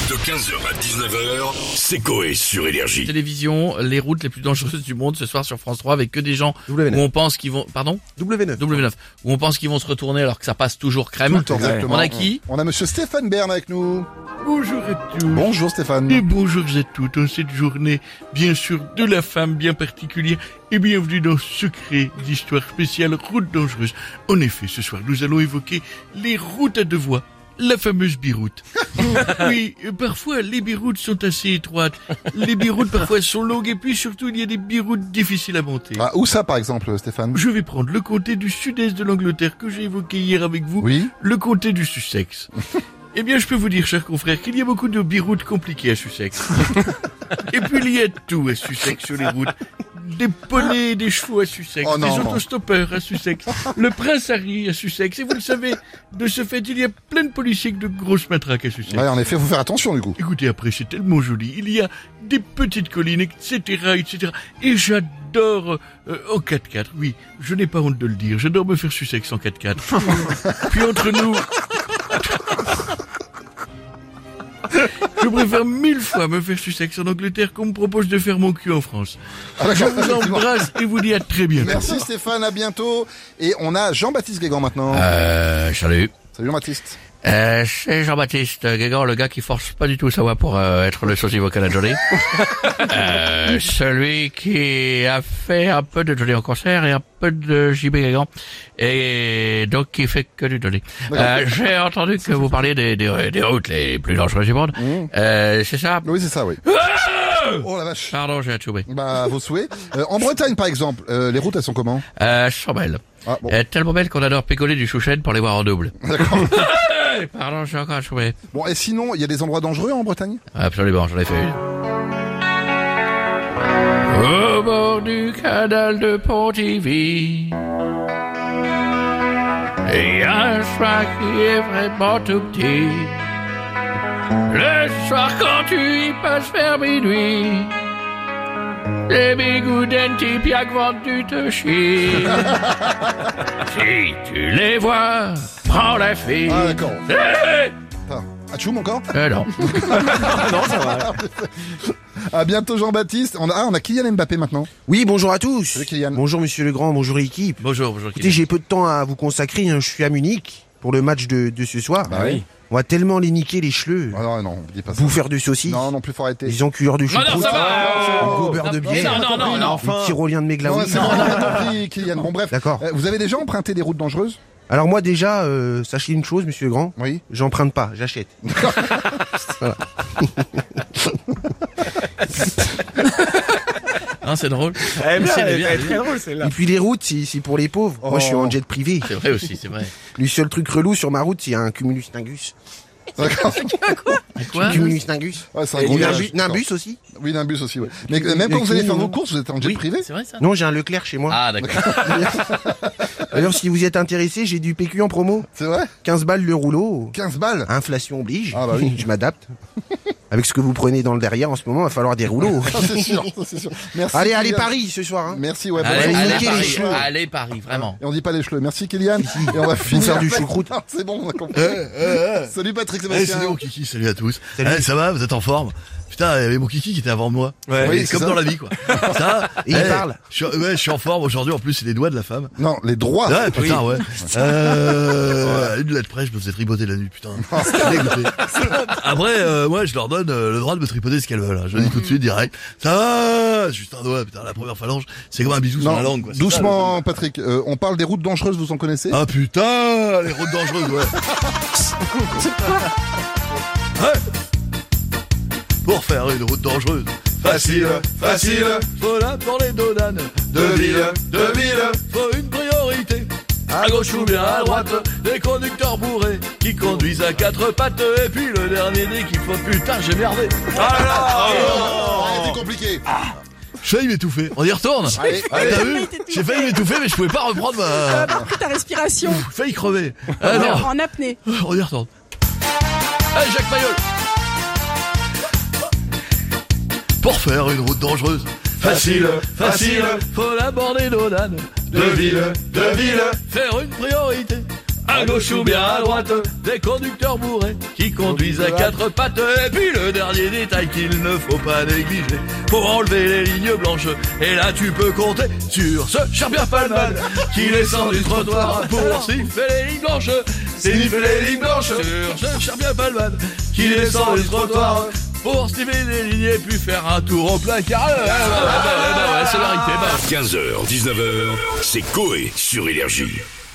De 15h à 19h, c'est Coé sur Énergie. Télévision, les routes les plus dangereuses du monde ce soir sur France 3 avec que des gens W9. où on pense qu'ils vont... Pardon W9. W9. Où on pense qu'ils vont se retourner alors que ça passe toujours crème. Tout le temps, exactement. On a qui? On a monsieur Stéphane Bern avec nous. Bonjour à tous. Bonjour Stéphane. Et bonjour à toutes en cette journée, bien sûr, de la femme bien particulière. Et bienvenue dans Secret d'Histoire spéciale Route dangereuse. En effet, ce soir, nous allons évoquer les routes à deux voies. La fameuse biroute. Oui, parfois les biroutes sont assez étroites. Les biroutes parfois sont longues et puis surtout il y a des biroutes difficiles à monter. Ah, où ça par exemple Stéphane? Je vais prendre le comté du sud-est de l'Angleterre que j'ai évoqué hier avec vous. Oui. Le comté du Sussex. Eh bien, je peux vous dire, chers confrères, qu'il y a beaucoup de biroutes compliquées à Sussex. Et puis il y a tout à Sussex sur les routes. Des poneys et des chevaux à Sussex, Oh non. des autostoppeurs à Sussex, le prince Harry à Sussex. Et vous le savez, de ce fait, il y a plein de policiers avec de grosses matraques à Sussex. Ouais, en effet, faut faire attention du coup. Écoutez, après, c'est tellement joli. Il y a des petites collines, etc., etc. Et j'adore en 4x4. Oui, je n'ai pas honte de le dire. J'adore me faire Sussex en 4x4. Puis entre nous... Je préfère 1000 fois me faire Sussex en Angleterre qu'on me propose de faire mon cul en France. Je vous embrasse et vous dis à très bientôt. Merci Stéphane, à bientôt. Et on a Jean-Baptiste Guégan maintenant. Salut. Salut Jean-Baptiste. C'est Jean-Baptiste Guégan, le gars qui force pas du tout sa voix pour être le sosie vocal à Johnny. Celui qui a fait un peu de Johnny en concert et un peu de JB Guégan. Et donc qui fait que du Johnny. J'ai entendu que vous parliez des routes les plus dangereuses du monde. C'est ça? Oui, c'est ça, oui. Oh la vache. Pardon, j'ai atchoubé. Bah, vos souhaits. En Bretagne par exemple, les routes elles sont comment? Sont belles. Ah, bon. Tellement belles qu'on adore picoler du chouchen pour les voir en double. D'accord. Pardon, j'ai encore atchoubé. Bon, et sinon, il y a des endroits dangereux en Bretagne? Absolument, j'en ai fait une. Au bord du canal de Pontivy, il y a un chemin qui est vraiment tout petit. Le soir quand tu y passes vers minuit, les bigoudens typiques vendus te chient. Si tu les vois, prends la fille. Ah d'accord. Eh, Atchoum encore? non. Non, ça va. À bientôt Jean-Baptiste. On a Kylian Mbappé maintenant. Oui, bonjour à tous. Salut, Kylian. Bonjour Monsieur Legrand, bonjour équipe. Bonjour. Écoutez, j'ai peu de temps à vous consacrer, hein. Je suis à Munich pour le match de ce soir. Bah oui. On va tellement les niquer les cheveux. Ah non, dis pas ça. Bouffeurs de saucisses. Non, plus faut arrêter. Les encueurs de Non, choucroute. ça va. Les gobeurs de bière. Non. Les tyroliens de Non, Meglaoui. c'est bon, on a compris, Kylian. Bon, bref. D'accord. Vous avez déjà emprunté des routes dangereuses? Alors moi déjà, sachez une chose Monsieur Legrand. Oui. J'emprunte pas, j'achète. Voilà. Hein, c'est drôle. Elle C'est est bien. très drôle celle-là. Et puis les routes, c'est pour les pauvres. Moi je suis en jet privé. C'est vrai aussi, c'est vrai. Le seul truc relou sur ma route, c'est un cumulus ningus. D'accord. Quoi? Cumulus ningus. Ouais, c'est un Et gros Nimbus, gage. Nimbus aussi. Oui, Nimbus aussi, ouais. Mais même quand vous allez faire vos courses, vous êtes en jet Oui. privé? C'est vrai ça? Non, j'ai un Leclerc chez moi. Ah d'accord. D'ailleurs, si vous y êtes intéressé, j'ai du PQ en promo. C'est vrai? 15 balles le rouleau. 15 balles? Inflation oblige. Ah bah oui. Je m'adapte. Avec ce que vous prenez dans le derrière en ce moment, il va falloir des rouleaux. Ça, c'est sûr, ça, c'est sûr. Merci. Allez, Kylian. Paris ce soir. Hein. Merci, ouais. Allez, bon, allez, on dit pas les Paris, cheveux. allez Paris, vraiment. Et on dit pas les cheveux. Merci, Kylian. Et on va finir. faire du avec- choucroute. Ah, c'est bon, on a compris. Salut Patrick Salut Sébastien. mon kiki, salut à tous. Salut. Ça va, vous êtes en forme? Putain, il y avait mon kiki qui était avant moi. Ouais, Oui, c'est comme ça. dans la vie, quoi. Ça, Et il parle. Je suis en forme aujourd'hui. En plus, c'est les doigts de la femme. Non, les droits. Ouais, putain, ouais. Une lettre près, je me faisais tripoter la nuit, putain. Je suis dégoûté. Après, moi, je leur donne le droit de me tripoter ce qu'elles veulent. Hein. Je le dis tout de suite, direct. Ça va, juste un doigt, putain, la première phalange, c'est comme un bisou sur la langue, quoi. C'est doucement, Patrick. On parle des routes dangereuses, vous en connaissez? ça, ah putain, les routes dangereuses, ouais. Ouais. Pour faire une route dangereuse, facile, faut la pour les donanes, de ville, faut une priorité. À gauche ou bien à droite, des conducteurs bourrés qui conduisent à quatre pattes, et puis le dernier dès qu'il faut, putain, j'ai merdé. Ah là là, C'était compliqué. j'ai failli m'étouffer. On y retourne. Allez, T'as vu? J'ai failli m'étouffer, mais je pouvais pas reprendre ma... Pas repris ta respiration J'ai failli crever. Ah non, en apnée. on y retourne. Allez, Jacques Mayol. Pour faire une route dangereuse, facile, faut l'aborder d'Odane, de ville, faire une priorité. à gauche ou bien à droite, des conducteurs bourrés qui conduisent à quatre pattes. Et puis le dernier détail qu'il ne faut pas négliger, pour enlever les lignes blanches. Et là tu peux compter sur ce cher Pierre Palmade qui descend du trottoir pour siffler les lignes blanches. Siffler les lignes blanches sur ce cher Pierre Palmade qui descend du trottoir pour stimuler les lignes et puis faire un tour au placard. Ouais, c'est la vérité. 15h, 19h, c'est Coé sur Énergie.